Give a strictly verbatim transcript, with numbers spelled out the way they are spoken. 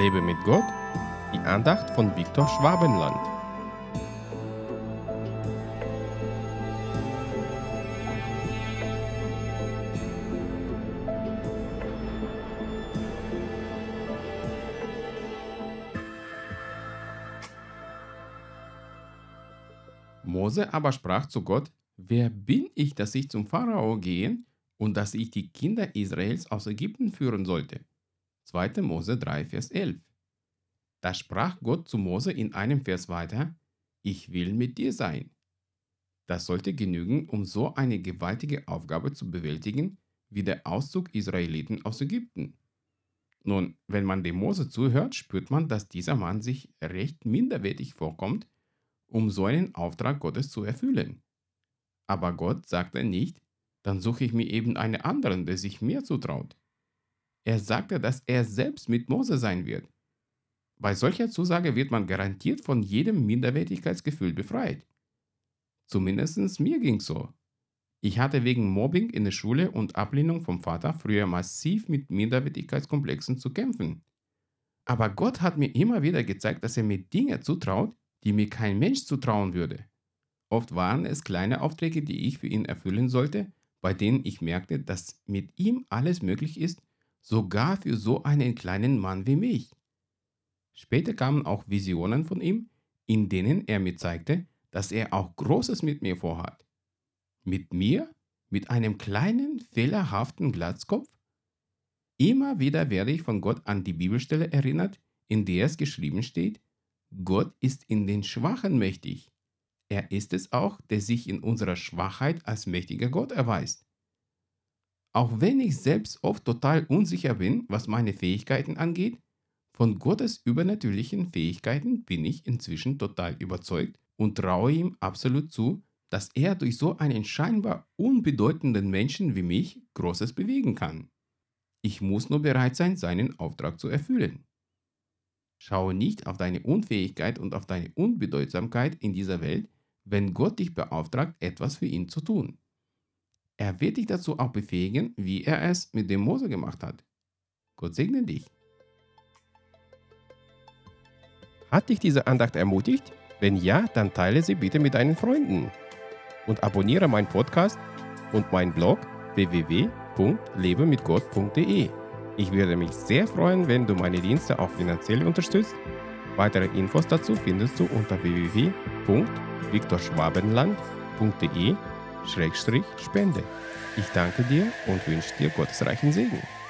Lebe mit Gott, die Andacht von Viktor Schwabenland. Mose aber sprach zu Gott: Wer bin ich, dass ich zum Pharao gehen und dass ich die Kinder Israels aus Ägypten führen sollte? zweiter. Mose drei, Vers elf. Da sprach Gott zu Mose in einem Vers weiter: Ich will mit dir sein. Das sollte genügen, um so eine gewaltige Aufgabe zu bewältigen wie der Auszug Israeliten aus Ägypten. Nun, wenn man dem Mose zuhört, spürt man, dass dieser Mann sich recht minderwertig vorkommt, um so einen Auftrag Gottes zu erfüllen. Aber Gott sagte nicht: Dann suche ich mir eben einen anderen, der sich mehr zutraut. Er sagte, dass er selbst mit Mose sein wird. Bei solcher Zusage wird man garantiert von jedem Minderwertigkeitsgefühl befreit. Zumindest mir ging's so. Ich hatte wegen Mobbing in der Schule und Ablehnung vom Vater früher massiv mit Minderwertigkeitskomplexen zu kämpfen. Aber Gott hat mir immer wieder gezeigt, dass er mir Dinge zutraut, die mir kein Mensch zutrauen würde. Oft waren es kleine Aufträge, die ich für ihn erfüllen sollte, bei denen ich merkte, dass mit ihm alles möglich ist, sogar für so einen kleinen Mann wie mich. Später kamen auch Visionen von ihm, in denen er mir zeigte, dass er auch Großes mit mir vorhat. Mit mir? Mit einem kleinen, fehlerhaften Glatzkopf? Immer wieder werde ich von Gott an die Bibelstelle erinnert, in der es geschrieben steht: Gott ist in den Schwachen mächtig. Er ist es auch, der sich in unserer Schwachheit als mächtiger Gott erweist. Auch wenn ich selbst oft total unsicher bin, was meine Fähigkeiten angeht, von Gottes übernatürlichen Fähigkeiten bin ich inzwischen total überzeugt und traue ihm absolut zu, dass er durch so einen scheinbar unbedeutenden Menschen wie mich Großes bewegen kann. Ich muss nur bereit sein, seinen Auftrag zu erfüllen. Schaue nicht auf deine Unfähigkeit und auf deine Unbedeutsamkeit in dieser Welt, wenn Gott dich beauftragt, etwas für ihn zu tun. Er wird dich dazu auch befähigen, wie er es mit dem Mose gemacht hat. Gott segne dich. Hat dich diese Andacht ermutigt? Wenn ja, dann teile sie bitte mit deinen Freunden. Und abonniere meinen Podcast und meinen Blog w w w punkt lebe mit gott punkt de. Ich würde mich sehr freuen, wenn du meine Dienste auch finanziell unterstützt. Weitere Infos dazu findest du unter w w w punkt viktor schwabenland punkt de Schrägstrich Spende. Ich danke dir und wünsche dir gottesreichen Segen.